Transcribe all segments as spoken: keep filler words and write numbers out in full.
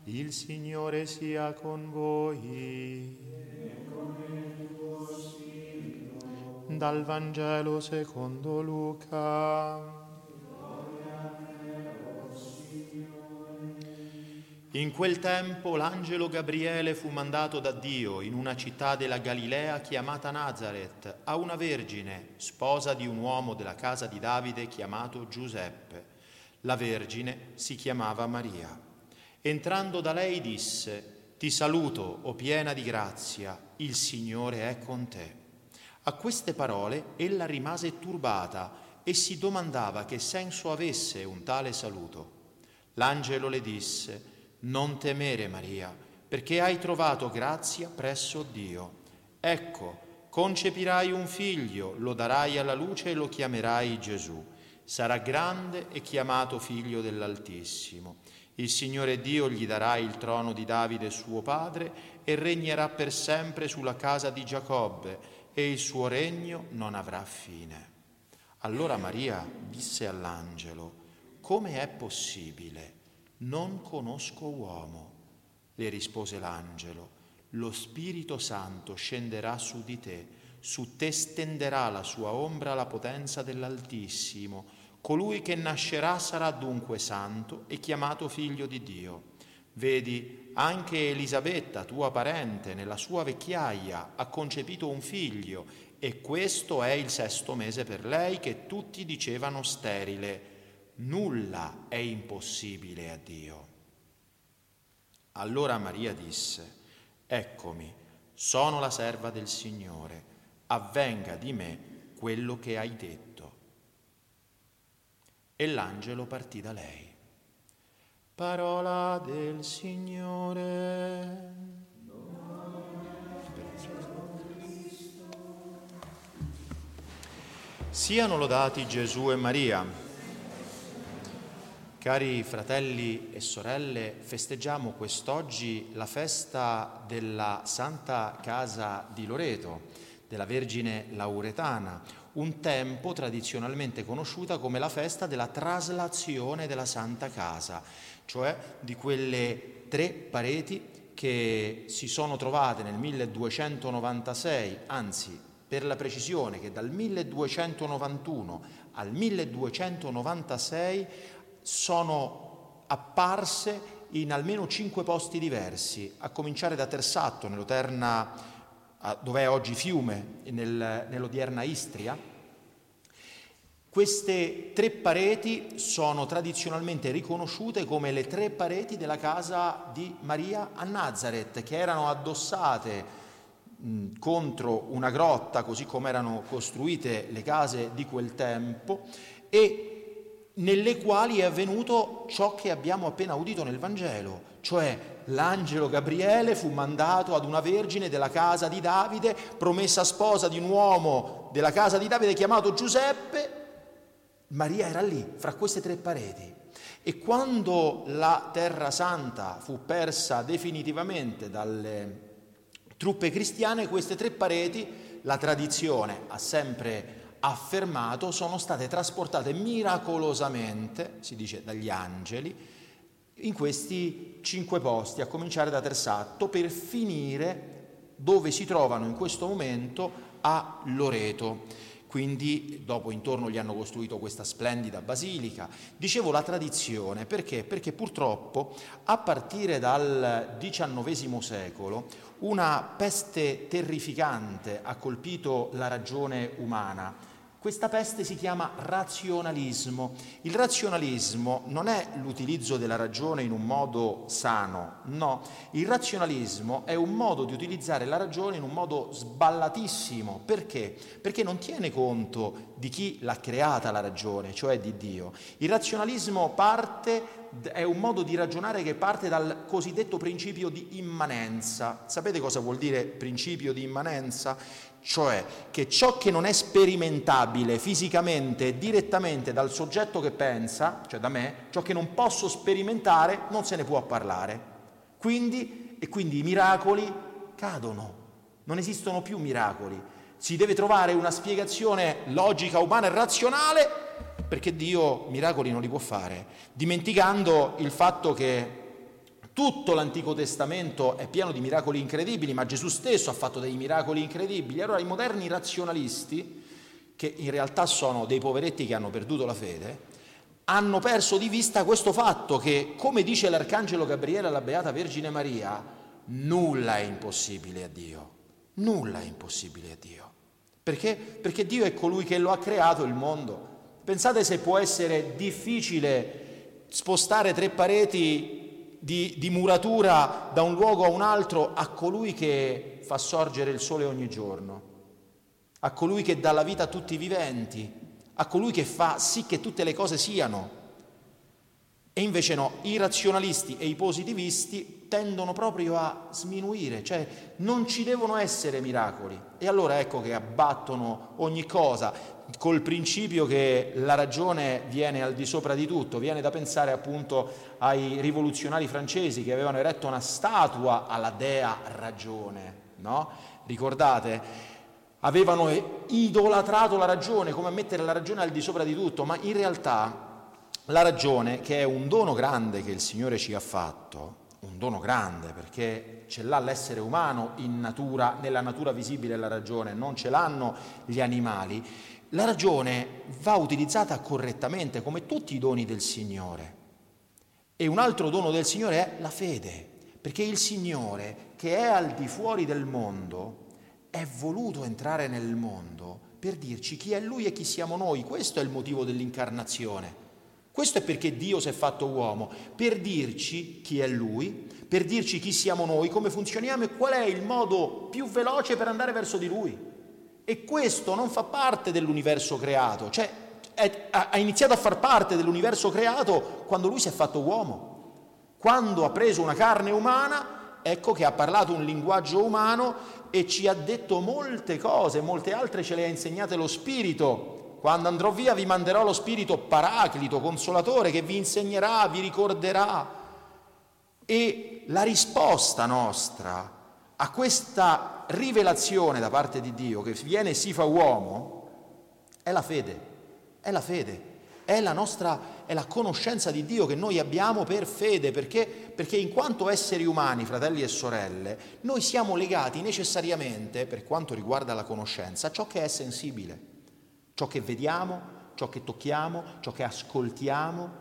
Il Signore sia con voi. E con il tuo spirito. Dal Vangelo secondo Luca. In quel tempo l'angelo Gabriele fu mandato da Dio in una città della Galilea chiamata Nazaret a una vergine, sposa di un uomo della casa di Davide chiamato Giuseppe. La vergine si chiamava Maria. Entrando da lei disse: «Ti saluto, o piena di grazia, il Signore è con te». A queste parole ella rimase turbata e si domandava che senso avesse un tale saluto. L'angelo le disse: «Non temere, Maria, perché hai trovato grazia presso Dio. Ecco, concepirai un figlio, lo darai alla luce e lo chiamerai Gesù. Sarà grande e chiamato figlio dell'Altissimo. Il Signore Dio gli darà il trono di Davide suo padre e regnerà per sempre sulla casa di Giacobbe e il suo regno non avrà fine». Allora Maria disse all'angelo: «Come è possibile? Non conosco uomo». Le rispose l'angelo: «Lo Spirito Santo scenderà su di te, su te stenderà la sua ombra la potenza dell'Altissimo. Colui che nascerà sarà dunque santo e chiamato figlio di Dio. Vedi, anche Elisabetta, tua parente, nella sua vecchiaia ha concepito un figlio, e questo è il sesto mese per lei, che tutti dicevano sterile. Nulla è impossibile a Dio». Allora Maria disse: «Eccomi, sono la serva del Signore, avvenga di me quello che hai detto». E l'angelo partì da lei. Parola del Signore. Siano lodati Gesù e Maria. Cari fratelli e sorelle, festeggiamo quest'oggi la festa della Santa Casa di Loreto, della Vergine Lauretana, un tempo tradizionalmente conosciuta come la festa della traslazione della Santa Casa, cioè di quelle tre pareti che si sono trovate nel milleduecentonovantasei, anzi per la precisione che dal milleduecentonovantuno al milleduecentonovantasei sono apparse in almeno cinque posti diversi, a cominciare da Tersatto, nell'odierna, dove è oggi Fiume, nel, nell'odierna Istria. Queste tre pareti sono tradizionalmente riconosciute come le tre pareti della casa di Maria a Nazaret, che erano addossate mh, contro una grotta, così come erano costruite le case di quel tempo, e nelle quali è avvenuto ciò che abbiamo appena udito nel Vangelo, cioè l'angelo Gabriele fu mandato ad una vergine della casa di Davide, promessa sposa di un uomo della casa di Davide chiamato Giuseppe. Maria era lì, fra queste tre pareti. E quando la Terra Santa fu persa definitivamente dalle truppe cristiane, queste tre pareti, la tradizione ha sempre affermato, sono state trasportate miracolosamente, si dice dagli angeli, in questi cinque posti, a cominciare da Tersatto, per finire dove si trovano in questo momento a Loreto. Quindi dopo intorno gli hanno costruito questa splendida basilica. Dicevo la tradizione, perché? Perché purtroppo a partire dal diciannovesimo secolo una peste terrificante ha colpito la ragione umana. Questa peste si chiama razionalismo. Il razionalismo non è l'utilizzo della ragione in un modo sano, no. Il razionalismo è un modo di utilizzare la ragione in un modo sballatissimo. Perché? Perché non tiene conto di chi l'ha creata la ragione, cioè di Dio. Il razionalismo parte, è un modo di ragionare che parte dal cosiddetto principio di immanenza. Sapete cosa vuol dire principio di immanenza? Cioè che ciò che non è sperimentabile fisicamente direttamente dal soggetto che pensa, cioè da me, ciò che non posso sperimentare non se ne può parlare. Quindi, e quindi i miracoli cadono, non esistono più miracoli. Si deve trovare una spiegazione logica, umana e razionale, perché Dio miracoli non li può fare, dimenticando il fatto che Tutto l'Antico Testamento è pieno di miracoli incredibili, ma Gesù stesso ha fatto dei miracoli incredibili. Allora i moderni razionalisti, che in realtà sono dei poveretti che hanno perduto la fede, hanno perso di vista questo fatto che, come dice l'Arcangelo Gabriele alla Beata Vergine Maria, nulla è impossibile a Dio. Nulla è impossibile a Dio. Perché? Perché Dio è colui che lo ha creato il mondo. Pensate se può essere difficile spostare tre pareti di, di muratura da un luogo a un altro a colui che fa sorgere il sole ogni giorno, a colui che dà la vita a tutti i viventi, a colui che fa sì che tutte le cose siano. E invece no, i razionalisti e i positivisti tendono proprio a sminuire, cioè non ci devono essere miracoli. E allora ecco che abbattono ogni cosa, col principio che la ragione viene al di sopra di tutto. Viene da pensare appunto ai rivoluzionari francesi che avevano eretto una statua alla dea ragione, no? Ricordate? Avevano idolatrato la ragione, come a mettere la ragione al di sopra di tutto, ma in realtà la ragione, che è un dono grande che il Signore ci ha fatto, un dono grande perché ce l'ha l'essere umano in natura, nella natura visibile la ragione, non ce l'hanno gli animali, la ragione va utilizzata correttamente come tutti i doni del Signore. E un altro dono del Signore è la fede, perché il Signore, che è al di fuori del mondo, è voluto entrare nel mondo per dirci chi è Lui e chi siamo noi. Questo è il motivo dell'incarnazione. Questo è perché Dio si è fatto uomo, per dirci chi è Lui, per dirci chi siamo noi, come funzioniamo e qual è il modo più veloce per andare verso di Lui. E questo non fa parte dell'universo creato, cioè è, ha iniziato a far parte dell'universo creato quando Lui si è fatto uomo. Quando ha preso una carne umana, ecco che ha parlato un linguaggio umano e ci ha detto molte cose, molte altre ce le ha insegnate lo Spirito. Quando andrò via vi manderò lo Spirito Paraclito, Consolatore, che vi insegnerà, vi ricorderà. E la risposta nostra a questa rivelazione da parte di Dio, che viene e si fa uomo, è la fede, è la fede, è la nostra, è la conoscenza di Dio che noi abbiamo per fede, perché, perché in quanto esseri umani, fratelli e sorelle, noi siamo legati necessariamente, per quanto riguarda la conoscenza, a ciò che è sensibile. Ciò che vediamo, ciò che tocchiamo, ciò che ascoltiamo.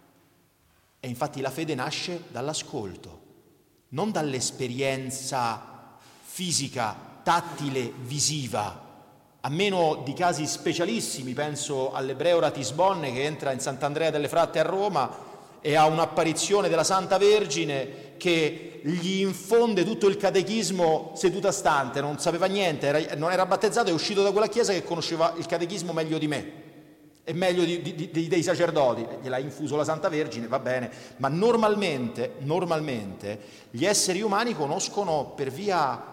E infatti la fede nasce dall'ascolto, non dall'esperienza fisica, tattile, visiva. A meno di casi specialissimi, penso all'ebreo Ratisbonne che entra in Sant'Andrea delle Fratte a Roma e ha un'apparizione della Santa Vergine che gli infonde tutto il catechismo seduta stante, non sapeva niente, era, non era battezzato, è uscito da quella chiesa che conosceva il catechismo meglio di me e meglio di, di, di, dei sacerdoti, gliel'ha infuso la Santa Vergine, va bene, ma normalmente, normalmente gli esseri umani conoscono per via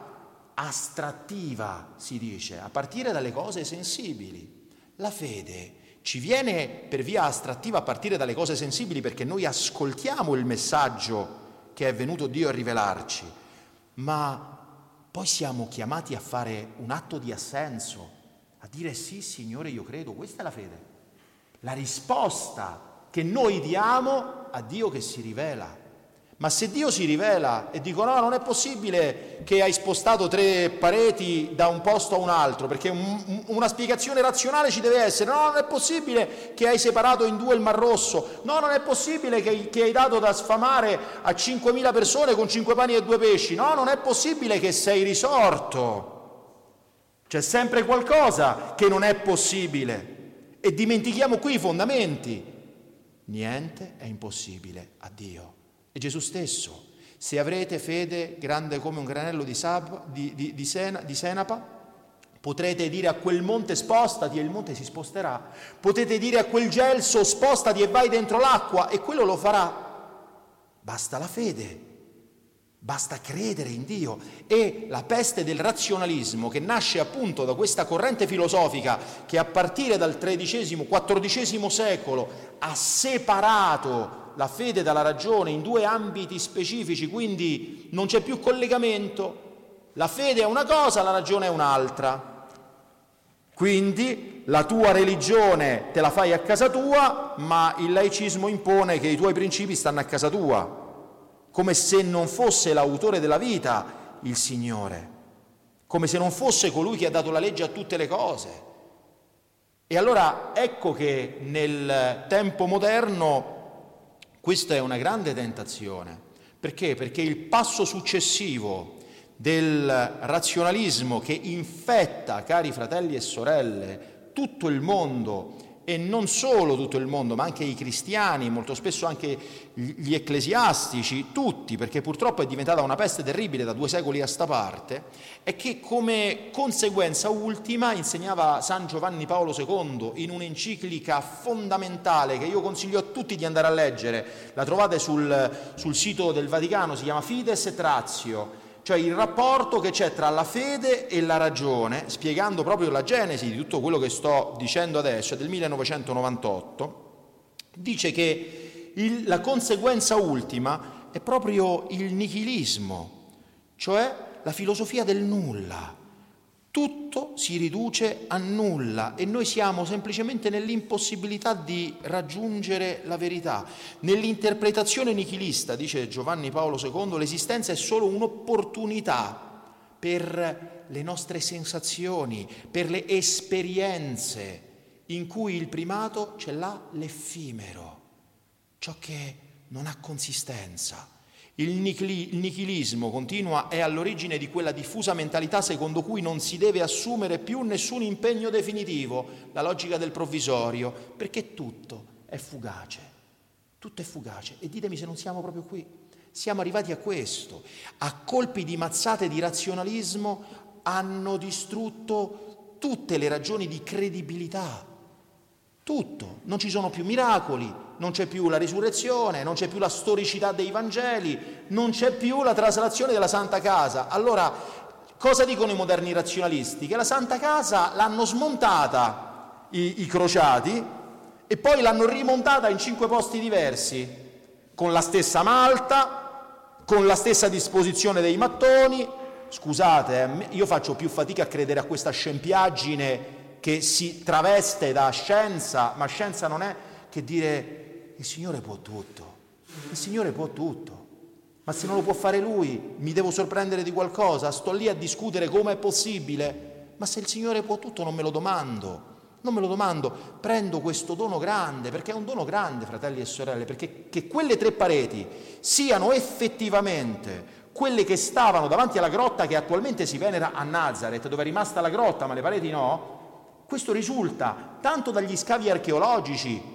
astrattiva, si dice, a partire dalle cose sensibili. La fede ci viene per via astrattiva a partire dalle cose sensibili perché noi ascoltiamo il messaggio che è venuto Dio a rivelarci, ma poi siamo chiamati a fare un atto di assenso, a dire sì, Signore, io credo, questa è la fede, la risposta che noi diamo a Dio che si rivela. Ma se Dio si rivela e dico no, non è possibile che hai spostato tre pareti da un posto a un altro, perché un, una spiegazione razionale ci deve essere, no, non è possibile che hai separato in due il Mar Rosso, no, non è possibile che, che hai dato da sfamare a cinquemila persone con cinque pani e due pesci, no, non è possibile che sei risorto. C'è sempre qualcosa che non è possibile e dimentichiamo qui i fondamenti. Niente è impossibile a Dio. E Gesù stesso, se avrete fede grande come un granello di, sap, di, di, di, sena, di senape, potrete dire a quel monte spostati e il monte si sposterà. Potete dire a quel gelso spostati e vai dentro l'acqua e quello lo farà. Basta la fede, basta credere in Dio. E la peste del razionalismo, che nasce appunto da questa corrente filosofica che a partire dal tredicesimo, quattordicesimo secolo ha separato la fede dalla ragione in due ambiti specifici, quindi non c'è più collegamento. La fede è una cosa, la ragione è un'altra. Quindi la tua religione te la fai a casa tua, ma il laicismo impone che i tuoi principi stanno a casa tua. come se non fosse l'autore della vita il Signore, come se non fosse colui che ha dato la legge a tutte le cose. E allora ecco che nel tempo moderno questa è una grande tentazione. Perché? Perché il passo successivo del razionalismo che infetta, cari fratelli e sorelle, tutto il mondo, e non solo tutto il mondo, ma anche i cristiani, molto spesso anche gli ecclesiastici, tutti, perché purtroppo è diventata una peste terribile da due secoli a sta parte, è che come conseguenza ultima, insegnava San Giovanni Paolo secondo in un'enciclica fondamentale che io consiglio a tutti di andare a leggere, la trovate sul, sul sito del Vaticano, si chiama Fides et Ratio, cioè il rapporto che c'è tra la fede e la ragione, spiegando proprio la genesi di tutto quello che sto dicendo adesso, è del millenovecentonovantotto, dice che il, la conseguenza ultima è proprio il nichilismo, cioè la filosofia del nulla. Tutto si riduce a nulla e noi siamo semplicemente nell'impossibilità di raggiungere la verità. Nell'interpretazione nichilista, dice Giovanni Paolo secondo, l'esistenza è solo un'opportunità per le nostre sensazioni, per le esperienze, in cui il primato ce l'ha l'effimero, ciò che non ha consistenza. Il nichilismo, continua, è all'origine di quella diffusa mentalità secondo cui non si deve assumere più nessun impegno definitivo, la logica del provvisorio, perché tutto è fugace, tutto è fugace. E ditemi se non siamo proprio qui, siamo arrivati a questo. A colpi di mazzate di razionalismo hanno distrutto tutte le ragioni di credibilità, tutto. Non ci sono più miracoli, non c'è più la risurrezione, non c'è più la storicità dei Vangeli, non c'è più la traslazione della Santa Casa. Allora, cosa dicono i moderni razionalisti? Che la Santa Casa l'hanno smontata i, i crociati e poi l'hanno rimontata in cinque posti diversi, con la stessa malta, con la stessa disposizione dei mattoni. Scusate, io faccio più fatica a credere a questa scempiaggine che si traveste da scienza, ma scienza non è che dire il Signore può tutto, il Signore può tutto, ma se non lo può fare Lui, mi devo sorprendere di qualcosa, sto lì a discutere come è possibile, ma se il Signore può tutto non me lo domando, non me lo domando, prendo questo dono grande, perché è un dono grande, fratelli e sorelle, perché che quelle tre pareti siano effettivamente quelle che stavano davanti alla grotta che attualmente si venera a Nazareth, dove è rimasta la grotta ma le pareti no. Questo risulta tanto dagli scavi archeologici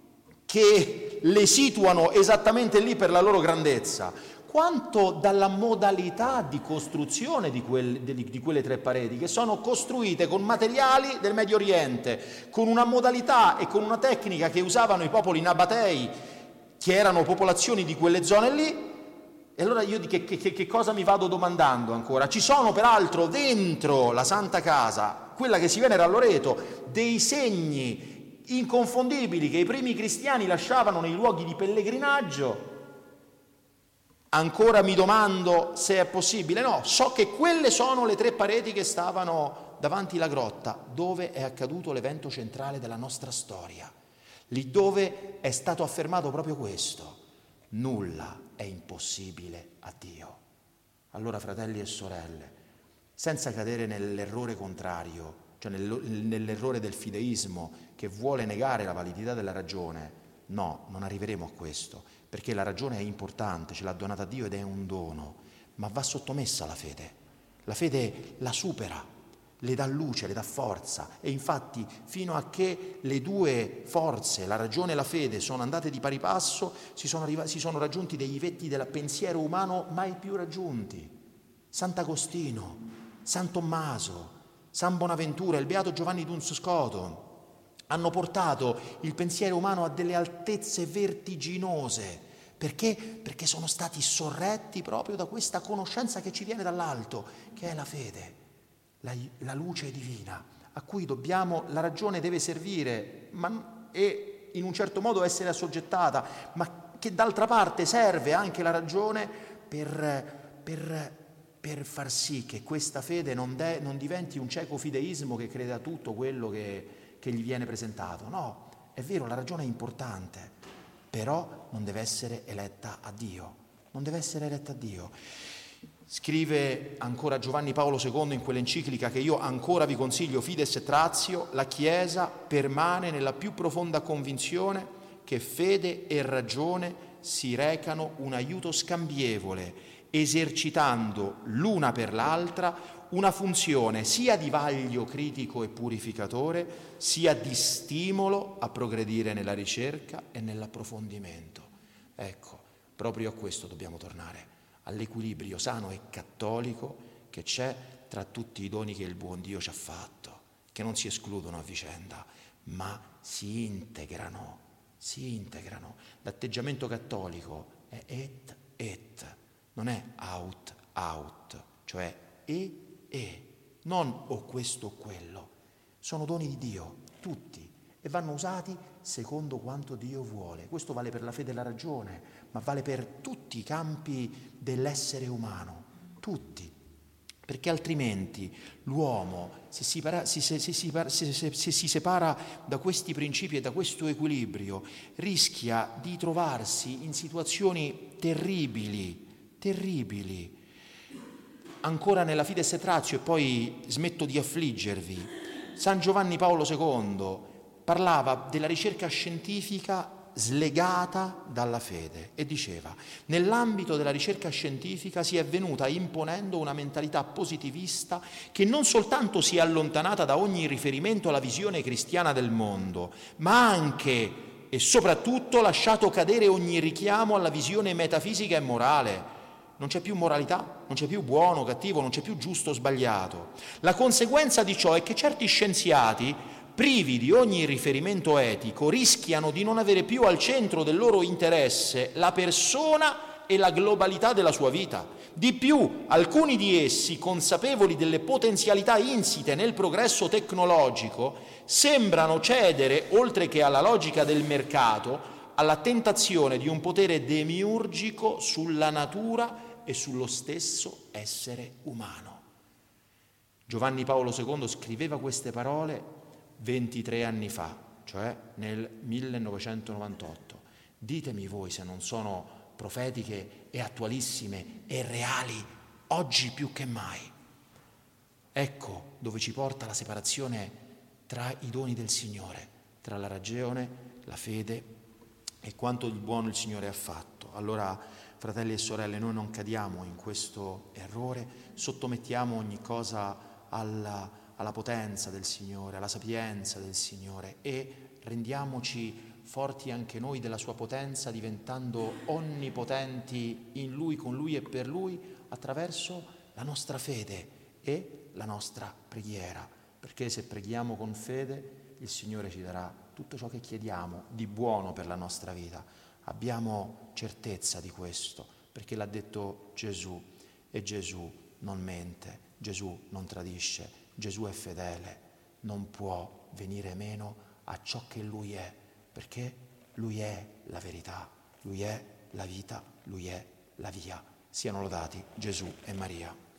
che le situano esattamente lì per la loro grandezza, quanto dalla modalità di costruzione di, quel, di, di quelle tre pareti, che sono costruite con materiali del Medio Oriente, con una modalità e con una tecnica che usavano i popoli nabatei, che erano popolazioni di quelle zone lì. E allora io di che, che, che cosa mi vado domandando ancora? Ci sono peraltro dentro la Santa Casa, quella che si venera a Loreto, dei segni inconfondibili che i primi cristiani lasciavano nei luoghi di pellegrinaggio. Ancora mi domando se è possibile. No, so che quelle sono le tre pareti che stavano davanti alla grotta, dove è accaduto l'evento centrale della nostra storia, lì dove è stato affermato proprio questo: nulla è impossibile a Dio. Allora, fratelli e sorelle, senza cadere nell'errore contrario, cioè nell'errore del fideismo che vuole negare la validità della ragione, no, non arriveremo a questo, perché la ragione è importante, ce l'ha donata Dio ed è un dono, ma va sottomessa alla fede. La fede la supera, le dà luce, le dà forza, e infatti fino a che le due forze, la ragione e la fede, sono andate di pari passo, si sono, arrivati, si sono raggiunti dei livelli del pensiero umano mai più raggiunti. Sant'Agostino, San Tommaso, San Bonaventura, il beato Giovanni Duns Scoto hanno portato il pensiero umano a delle altezze vertiginose. Perché? Perché sono stati sorretti proprio da questa conoscenza che ci viene dall'alto, che è la fede, la, la luce divina, a cui dobbiamo, la ragione deve servire ma, e in un certo modo essere assoggettata, ma che d'altra parte serve anche la ragione per, per per far sì che questa fede non, de, non diventi un cieco fideismo che crede a tutto quello che, che gli viene presentato. No, è vero, la ragione è importante, però non deve essere eletta a Dio. non deve essere retta a Dio. Scrive ancora Giovanni Paolo secondo in quell'enciclica che io ancora vi consiglio, Fides et Ratio: la Chiesa permane nella più profonda convinzione che fede e ragione si recano un aiuto scambievole, esercitando l'una per l'altra una funzione sia di vaglio critico e purificatore, sia di stimolo a progredire nella ricerca e nell'approfondimento. Ecco, proprio a questo dobbiamo tornare, all'equilibrio sano e cattolico che c'è tra tutti i doni che il buon Dio ci ha fatto, che non si escludono a vicenda, ma si integrano, si integrano. L'atteggiamento cattolico è et et, non è out out, cioè e e, non o questo o quello. Sono doni di Dio, tutti, e vanno usati secondo quanto Dio vuole. Questo vale per la fede e la ragione, ma vale per tutti i campi dell'essere umano, tutti, perché altrimenti l'uomo, se si, para, se, se, se, si, se, se, se si separa da questi principi e da questo equilibrio, rischia di trovarsi in situazioni terribili, terribili. Ancora nella Fides et Ratio, e poi smetto di affliggervi, San Giovanni Paolo secondo parlava della ricerca scientifica slegata dalla fede e diceva: nell'ambito della ricerca scientifica si è venuta imponendo una mentalità positivista che non soltanto si è allontanata da ogni riferimento alla visione cristiana del mondo, ma anche e soprattutto lasciato cadere ogni richiamo alla visione metafisica e morale. Non c'è più moralità, non c'è più buono, cattivo, non c'è più giusto o sbagliato. La conseguenza di ciò è che certi scienziati, privi di ogni riferimento etico, rischiano di non avere più al centro del loro interesse la persona e la globalità della sua vita. Di più, alcuni di essi, consapevoli delle potenzialità insite nel progresso tecnologico, sembrano cedere, oltre che alla logica del mercato, alla tentazione di un potere demiurgico sulla natura e sullo stesso essere umano. Giovanni Paolo secondo scriveva queste parole ventitré anni fa, cioè nel millenovecentonovantotto. Ditemi voi se non sono profetiche e attualissime e reali oggi più che mai. Ecco dove ci porta la separazione tra i doni del Signore, tra la ragione, la fede e quanto di buono il Signore ha fatto. Allora, fratelli e sorelle, noi non cadiamo in questo errore, sottomettiamo ogni cosa alla, alla potenza del Signore, alla sapienza del Signore e rendiamoci forti anche noi della sua potenza, diventando onnipotenti in Lui, con Lui e per Lui, attraverso la nostra fede e la nostra preghiera, perché se preghiamo con fede il Signore ci darà tutto ciò che chiediamo di buono per la nostra vita. Abbiamo certezza di questo, perché l'ha detto Gesù, e Gesù non mente, Gesù non tradisce, Gesù è fedele, non può venire meno a ciò che Lui è, perché Lui è la verità, Lui è la vita, Lui è la via. Siano lodati Gesù e Maria.